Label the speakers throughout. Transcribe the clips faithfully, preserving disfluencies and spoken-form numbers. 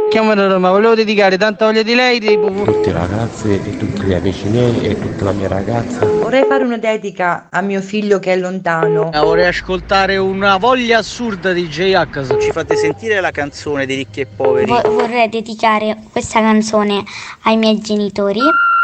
Speaker 1: Chiamo da Roma, volevo dedicare tanta voglia di lei di...
Speaker 2: tutte le ragazze e tutti gli amici miei e tutta la mia ragazza.
Speaker 3: Vorrei fare una dedica a mio figlio che è lontano.
Speaker 1: Vorrei ascoltare una voglia assurda di J-H.
Speaker 4: Ci fate sentire la canzone di Ricchi e Poveri?
Speaker 5: Vo- vorrei dedicare questa canzone ai miei genitori.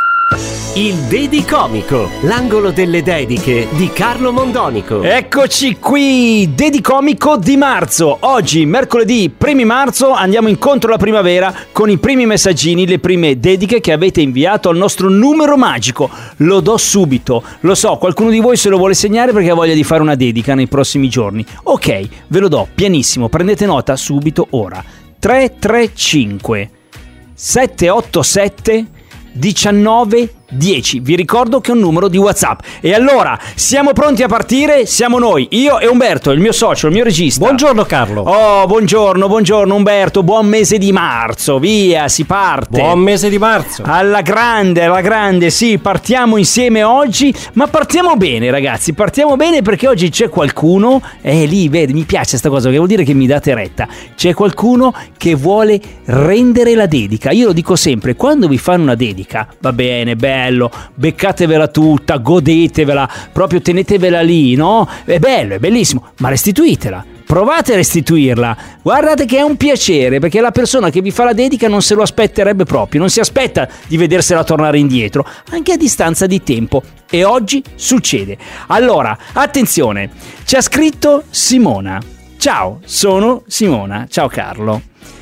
Speaker 6: Il Dedicomico, l'angolo delle dediche di Carlo Mondonico.
Speaker 7: Eccoci qui, Dedicomico di marzo. Oggi, mercoledì primi marzo, andiamo incontro alla primavera con i primi messaggini, le prime dediche che avete inviato al nostro numero magico. Lo do subito. Lo so, qualcuno di voi se lo vuole segnare perché ha voglia di fare una dedica nei prossimi giorni. Ok, ve lo do, pianissimo, prendete nota subito ora. tre tre cinque sette otto sette diciannove dieci. Vi ricordo che è un numero di WhatsApp. E allora, siamo pronti a partire? Siamo noi, io e Umberto, il mio socio, il mio regista.
Speaker 6: Buongiorno Carlo.
Speaker 7: Oh, buongiorno, buongiorno Umberto, buon mese di marzo, via, si parte.
Speaker 6: Buon mese di marzo.
Speaker 7: Alla grande, alla grande, sì, partiamo insieme oggi, ma partiamo bene ragazzi, partiamo bene perché oggi c'è qualcuno, eh lì, vedi, mi piace sta cosa, che vuol dire che mi date retta. C'è qualcuno che vuole rendere la dedica. Io lo dico sempre, quando vi fanno una dedica, va bene, bello, beccatevela tutta, godetevela, proprio tenetevela lì, no? È bello, è bellissimo, ma restituitela. Provate a restituirla, guardate che è un piacere, perché la persona che vi fa la dedica non se lo aspetterebbe proprio, non si aspetta di vedersela tornare indietro, anche a distanza di tempo, e oggi succede. Allora, attenzione, ci ha scritto Simona. Ciao, sono Simona, ciao Carlo.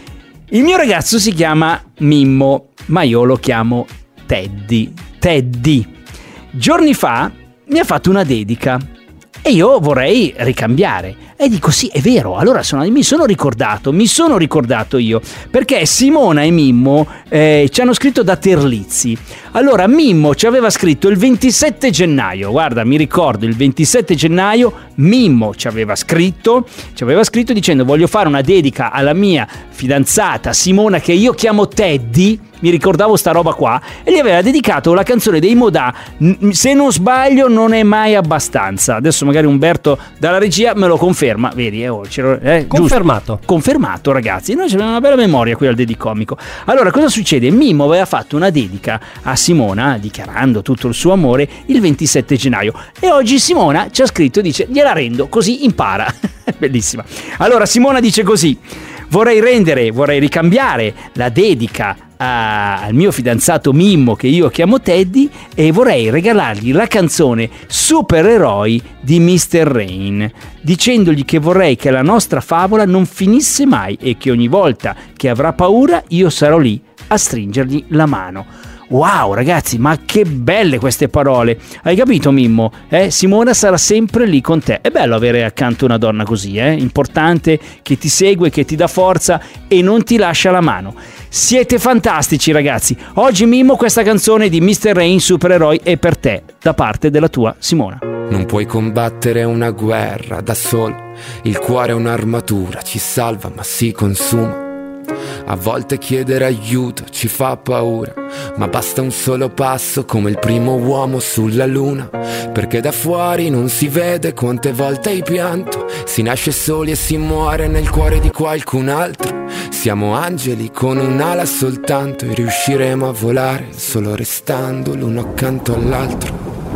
Speaker 7: Il mio ragazzo si chiama Mimmo, ma io lo chiamo Teddy. Teddy. Giorni fa mi ha fatto una dedica e io vorrei ricambiare. E dico sì, è vero, allora sono, mi sono ricordato, mi sono ricordato io, perché Simona e Mimmo eh, ci hanno scritto da Terlizzi. Allora Mimmo ci aveva scritto il ventisette gennaio, guarda, mi ricordo, il ventisette gennaio Mimmo ci aveva scritto, ci aveva scritto dicendo: voglio fare una dedica alla mia fidanzata Simona, che io chiamo Teddy. Mi ricordavo sta roba qua, e gli aveva dedicato la canzone dei Modà, se non sbaglio Non è mai abbastanza. Adesso magari Umberto dalla regia me lo conferma, vedi, eh, oh, eh,
Speaker 6: confermato.
Speaker 7: Giusto? Confermato ragazzi, noi abbiamo una bella memoria qui al Dedicomico. Allora cosa succede? Mimmo aveva fatto una dedica a Simona dichiarando tutto il suo amore il ventisette gennaio, e oggi Simona ci ha scritto e dice: gliela rendo così impara. Bellissima. Allora Simona dice così: vorrei rendere, vorrei ricambiare la dedica al mio fidanzato Mimmo, che io chiamo Teddy, e vorrei regalargli la canzone Supereroi di mister Rain, dicendogli che vorrei che la nostra favola non finisse mai e che ogni volta che avrà paura io sarò lì a stringergli la mano. Wow ragazzi, ma che belle queste parole, hai capito Mimmo? Eh? Simona sarà sempre lì con te. È bello avere accanto una donna così, eh? Importante, che ti segue, che ti dà forza e non ti lascia la mano. Siete fantastici ragazzi. Oggi Mimmo, questa canzone di mister Rain, Supereroi, è per te, da parte della tua Simona.
Speaker 8: Non puoi combattere una guerra da solo, il cuore è un'armatura, ci salva ma si consuma. A volte chiedere aiuto ci fa paura, ma basta un solo passo come il primo uomo sulla luna, perché da fuori non si vede quante volte hai pianto, si nasce soli e si muore nel cuore di qualcun altro. Siamo angeli con un'ala soltanto e riusciremo a volare solo restando l'uno accanto all'altro.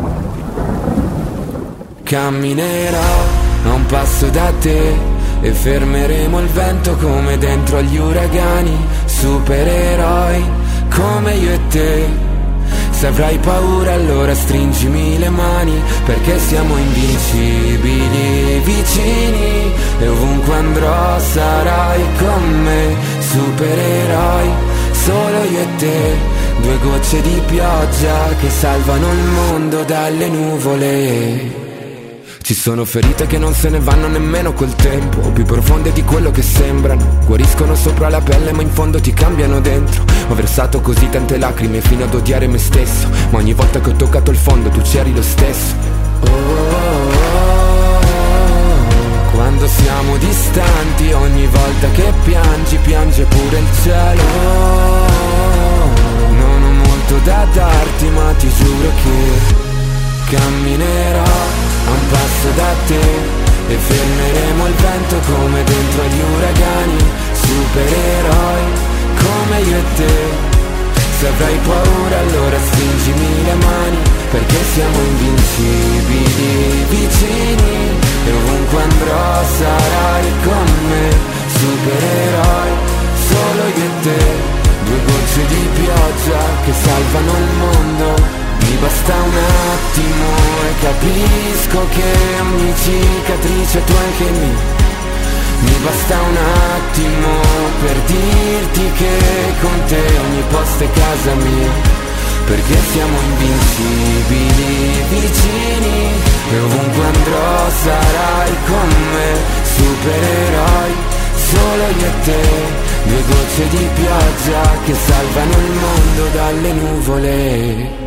Speaker 8: Camminerò a un passo da te e fermeremo il vento come dentro agli uragani. Supereroi come io e te. Se avrai paura allora stringimi le mani, perché siamo invincibili vicini e ovunque andrò sarai con me. Supereroi, solo io e te, due gocce di pioggia che salvano il mondo dalle nuvole. Ci sono ferite che non se ne vanno nemmeno col tempo, più profonde di quello che sembrano. Guariscono sopra la pelle ma in fondo ti cambiano dentro. Ho versato così tante lacrime fino ad odiare me stesso, ma ogni volta che ho toccato il fondo tu c'eri lo stesso. Oh, oh, oh, oh. Quando siamo distanti, ogni volta che piangi, piange pure il cielo. Oh, non ho molto da darti ma ti giuro che camminerò a un passo da te e fermeremo il vento come dentro agli uragani. Supereroi come io e te. Se avrai paura allora stringimi le mani, perché siamo invincibili, vicini, e ovunque andrò sarai con me. Supereroi, solo io e te, due gocce di pioggia che salvano il mondo. Mi basta un attimo e capisco che ogni cicatrice tu anche mi. Mi basta un attimo per dirti che con te ogni posto è casa mia, perché siamo invincibili, vicini, e ovunque andrò sarai con me. Supereroi, solo io e te, due gocce di pioggia che salvano il mondo dalle nuvole.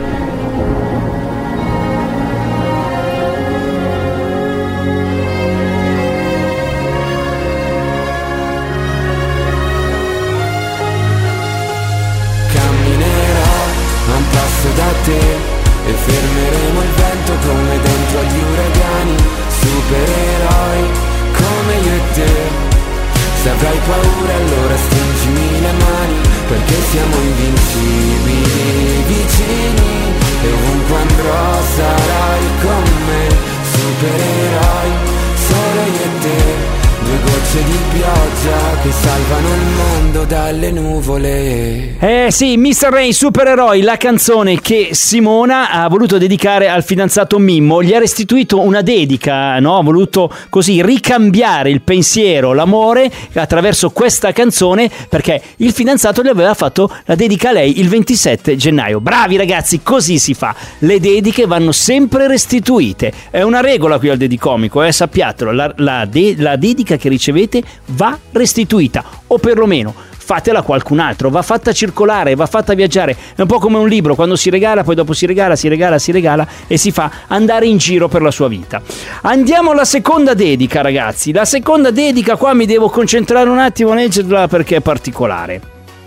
Speaker 8: Da te e fermeremo il vento come dentro agli uragani. Supereroi come io e te. Se avrai paura allora stringimi le mani, perché siamo invincibili, vicini, e ovunque andrò sarai con me. Supereroi, solo io e te, due gocce di pioggia che salvano il mondo dalle nuvole.
Speaker 7: Eh sì, mister Rain, Supereroi, la canzone che Simona ha voluto dedicare al fidanzato Mimmo. Gli ha restituito una dedica, no? Ha voluto così ricambiare il pensiero, l'amore attraverso questa canzone, perché il fidanzato le aveva fatto la dedica a lei il ventisette gennaio. Bravi ragazzi, così si fa. Le dediche vanno sempre restituite. È una regola qui al Dedicomico, eh, sappiatelo. La, la, de- la dedica che ricevete va restituita, o perlomeno fatela a qualcun altro, va fatta circolare, va fatta viaggiare. È un po' come un libro, quando si regala, poi dopo si regala, si regala, si regala e si fa andare in giro per la sua vita. Andiamo alla seconda dedica, ragazzi. La seconda dedica, qua mi devo concentrare un attimo a leggerla perché è particolare.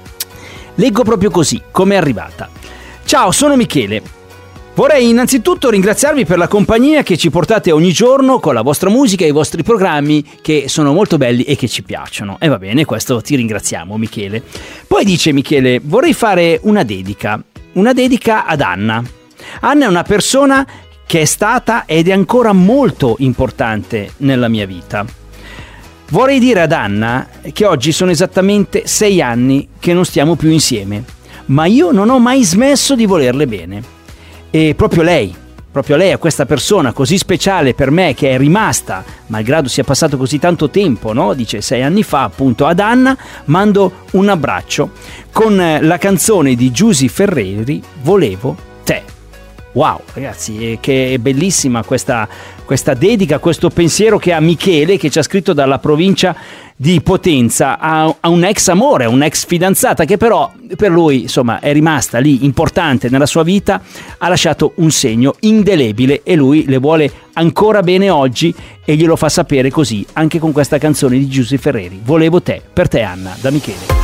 Speaker 7: Leggo proprio così, come è arrivata. Ciao, sono Michele. Vorrei innanzitutto ringraziarvi per la compagnia che ci portate ogni giorno con la vostra musica e i vostri programmi, che sono molto belli e che ci piacciono. E va bene, questo ti ringraziamo, Michele. Poi dice Michele: vorrei fare una dedica, una dedica ad Anna. Anna è una persona che è stata ed è ancora molto importante nella mia vita. Vorrei dire ad Anna che oggi sono esattamente sei anni che non stiamo più insieme, ma io non ho mai smesso di volerle bene. E proprio lei, proprio lei, a questa persona così speciale per me, che è rimasta, malgrado sia passato così tanto tempo, no? Dice sei anni fa, appunto, ad Anna, mando un abbraccio con la canzone di Giusy Ferreri, Volevo te. Wow, ragazzi, che è bellissima questa, questa dedica, questo pensiero che ha Michele, che ci ha scritto dalla provincia di Potenza, a, a un ex amore, a un'ex fidanzata che però per lui, insomma, è rimasta lì importante nella sua vita, ha lasciato un segno indelebile e lui le vuole ancora bene oggi e glielo fa sapere così anche con questa canzone di Giusy Ferreri, Volevo te, per te Anna, da Michele.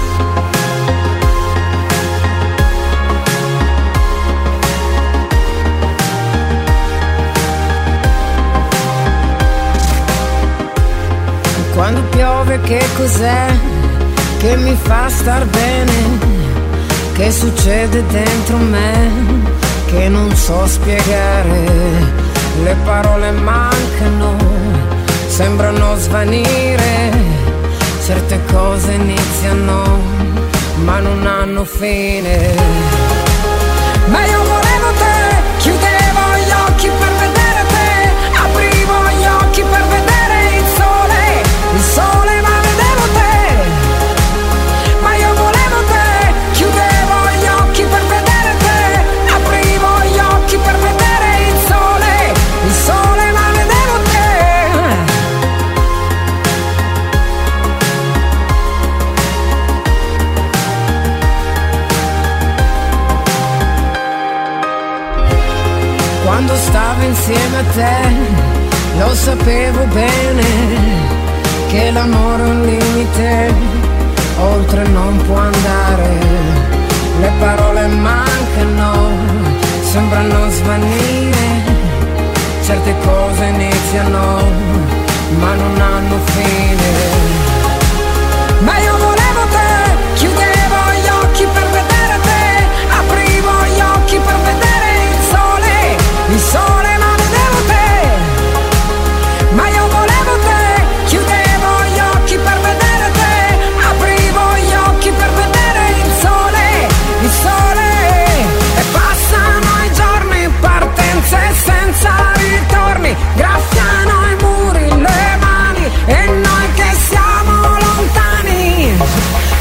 Speaker 9: Quando piove che cos'è che mi fa star bene? Che succede dentro me che non so spiegare? Le parole mancano, sembrano svanire. Certe cose iniziano ma non hanno fine. Ma io volevo te, chiudevo gli occhi per vedere te, aprivo gli occhi per vedere il sole, il sole ma vedevo te. Ma io volevo te, chiudevo gli occhi per vedere te, aprivo gli occhi per vedere il sole, il sole ma vedevo te. Quando stavo insieme a te, lo sapevo bene che l'amore è un limite, oltre non può andare. Le parole mancano, sembrano svanire. Certe cose iniziano, ma non hanno fine. Ma io volevo te, chiudevo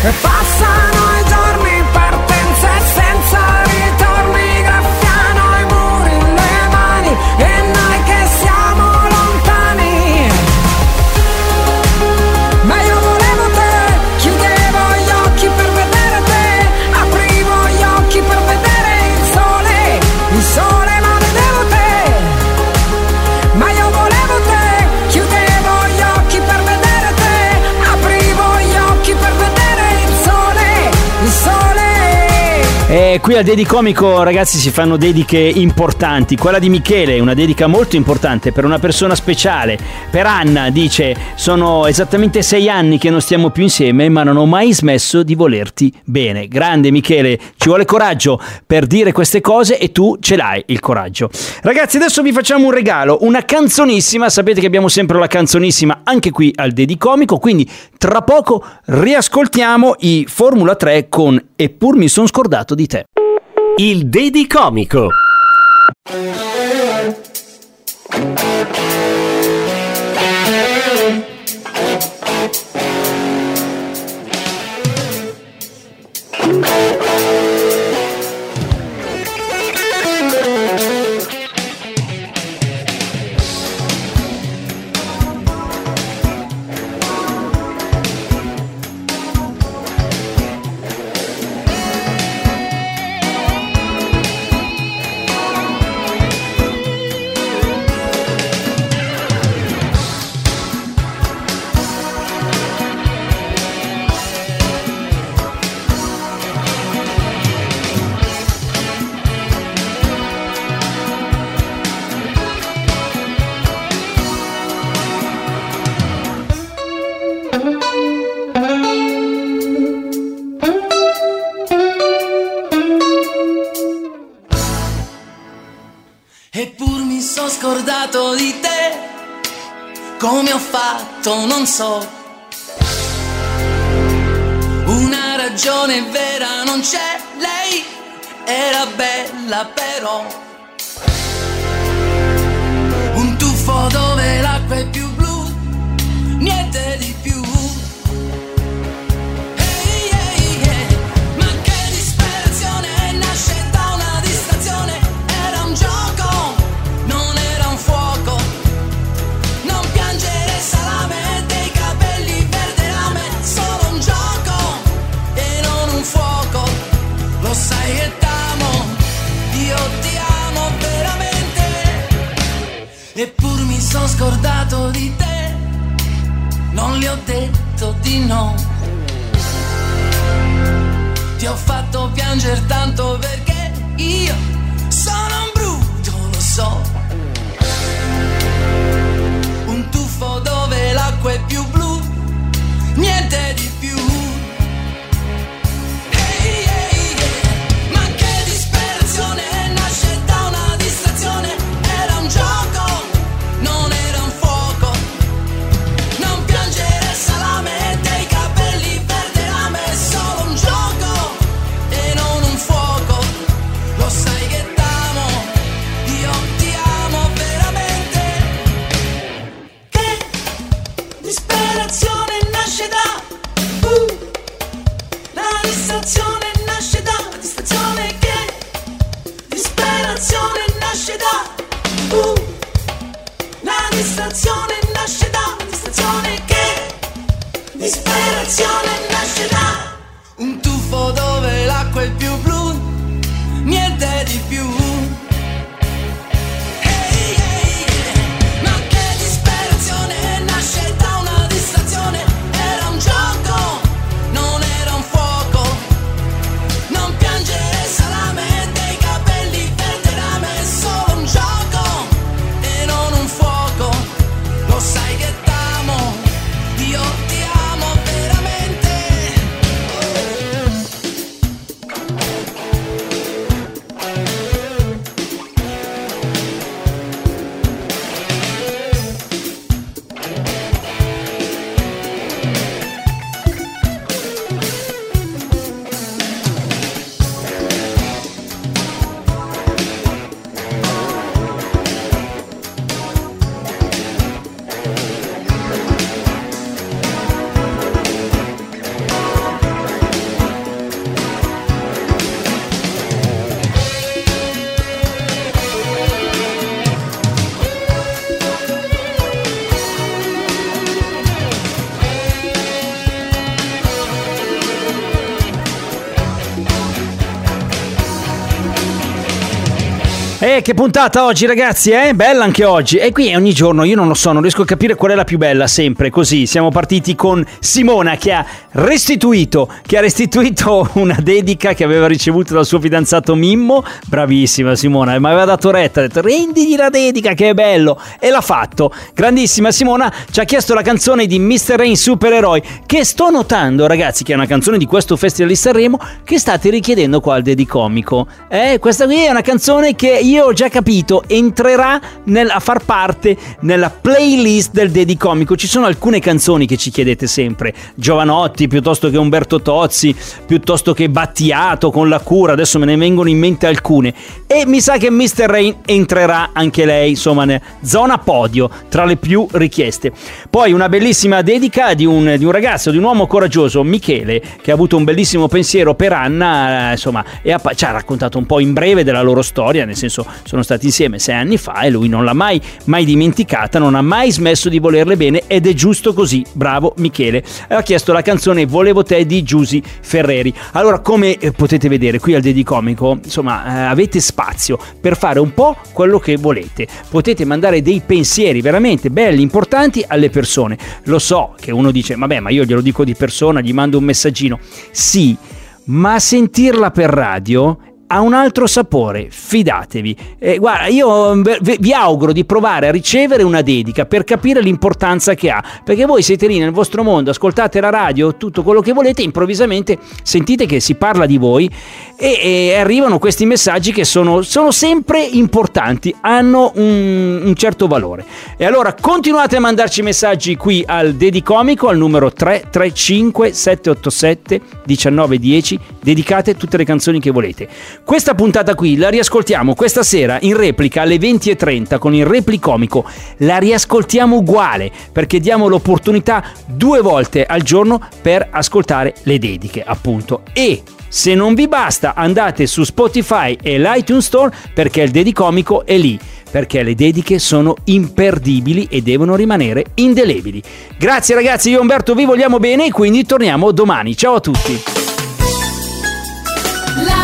Speaker 9: E passano i giorni, partenze senza ritorni, graffiano i muri, le mani, e noi che siamo lontani. Ma io volevo te, chiudevo gli occhi per vedere te, aprivo gli occhi per vedere il sole, il sole ma vedevo te. Ma io volevo te, chiudevo gli occhi per vedere te, aprivo gli occhi per vedere il sole, il sole.
Speaker 7: E qui al Dedicomico, ragazzi, si fanno dediche importanti. Quella di Michele è una dedica molto importante per una persona speciale. Per Anna dice: sono esattamente sei anni che non stiamo più insieme, ma non ho mai smesso di volerti bene. Grande Michele, ci vuole coraggio per dire queste cose e tu ce l'hai il coraggio. Ragazzi, adesso vi facciamo un regalo, una canzonissima. Sapete che abbiamo sempre la canzonissima anche qui al Dedicomico, quindi tra poco riascoltiamo i Formula tre con Eppur mi son scordato di te.
Speaker 6: Il Dedicomico.
Speaker 10: Eppur mi son scordato di te, come ho fatto non so. Una ragione vera non c'è, lei era bella però. Un tuffo dove l'acqua è più blu, niente di più. Ehi, ehi, ehi, ma che disperazione, nasce da una distrazione. Era un gioco, non era un fuoco. Non piangere salame, dei capelli verde rame. Solo un gioco e non un fuoco. Lo sai che t'amo, io ti amo veramente. Eppur mi son scordato di te, non le ho detto di no. Ti ho fatto piangere tanto perché io sono un bruto, lo so. Un tuffo dove l'acqua è più blu, niente di più. Ehi, ehi, ehi, ma che disperazione, nasce da una distrazione. Era un gioco, non era un fuoco. Non piangere salame, dei capelli verde rame. È solo un gioco e non un fuoco. Lo sai che t'amo, io ti amo veramente. Che disperazione nasce da uh, la distrazione nasce da la distrazione. Che disperazione nasce da uh, la distrazione nasce da la distrazione. Che disperazione nasce da un tuffo dove l'acqua è più blu, niente di più. Ehi, ehi, ehi, ma che disperazione, nasce da una distrazione. Era un gioco, non era un fuoco. Non piangere salame, dei capelli verde rame. È solo un gioco e non un fuoco. Lo sai che t'amo, io ti amo veramente.
Speaker 7: Eh, che puntata oggi, ragazzi, eh? Bella anche oggi. E qui ogni giorno, io non lo so, non riesco a capire qual è la più bella, sempre così. Siamo partiti con Simona che ha restituito, che ha restituito una dedica che aveva ricevuto dal suo fidanzato Mimmo. Bravissima Simona, mi aveva dato retta, ha detto rendigli la dedica che è bello. E l'ha fatto. Grandissima Simona, ci ha chiesto la canzone di mister Rain, Supereroi, che sto notando, ragazzi, che è una canzone di questo Festival di Sanremo che state richiedendo qua al Dedicomico. Eh, questa qui è una canzone che io ho già capito entrerà nel, a far parte nella playlist del Dedicomico. Ci sono alcune canzoni che ci chiedete sempre, Giovanotti piuttosto che Umberto Tozzi, piuttosto che Battiato con La Cura, adesso me ne vengono in mente alcune, e mi sa che mister Rain entrerà anche lei, insomma, nella zona podio tra le più richieste. Poi una bellissima dedica di un, di un ragazzo, di un uomo coraggioso, Michele, che ha avuto un bellissimo pensiero per Anna, eh, insomma, e ha, ci ha raccontato un po' in breve della loro storia, nel senso sono stati insieme sei anni fa e lui non l'ha mai mai dimenticata, non ha mai smesso di volerle bene ed è giusto così. Bravo Michele. Ha chiesto la canzone Volevo te di Giusy Ferreri. Allora, come potete vedere qui al Dedicomico, insomma, eh, avete spazio per fare un po' quello che volete. Potete mandare dei pensieri veramente belli, importanti alle persone. Lo so che uno dice vabbè, ma io glielo dico di persona, gli mando un messaggino. Sì, ma sentirla per radio ha un altro sapore, fidatevi. Eh, guarda, io vi auguro di provare a ricevere una dedica per capire l'importanza che ha, perché voi siete lì nel vostro mondo, ascoltate la radio, tutto quello che volete, improvvisamente sentite che si parla di voi e, e arrivano questi messaggi che sono, sono sempre importanti, hanno un, un certo valore. E allora continuate a mandarci messaggi qui al Dedicomico al numero tre tre cinque sette otto sette uno nove uno zero, dedicate tutte le canzoni che volete. Questa puntata qui la riascoltiamo questa sera in replica alle venti e trenta con il Replicomico. La riascoltiamo uguale perché diamo l'opportunità due volte al giorno per ascoltare le dediche, appunto. E se non vi basta, andate su Spotify e l'iTunes Store perché il Dedicomico è lì, perché le dediche sono imperdibili e devono rimanere indelebili. Grazie ragazzi, io e Umberto vi vogliamo bene e quindi torniamo domani. Ciao a tutti.
Speaker 10: La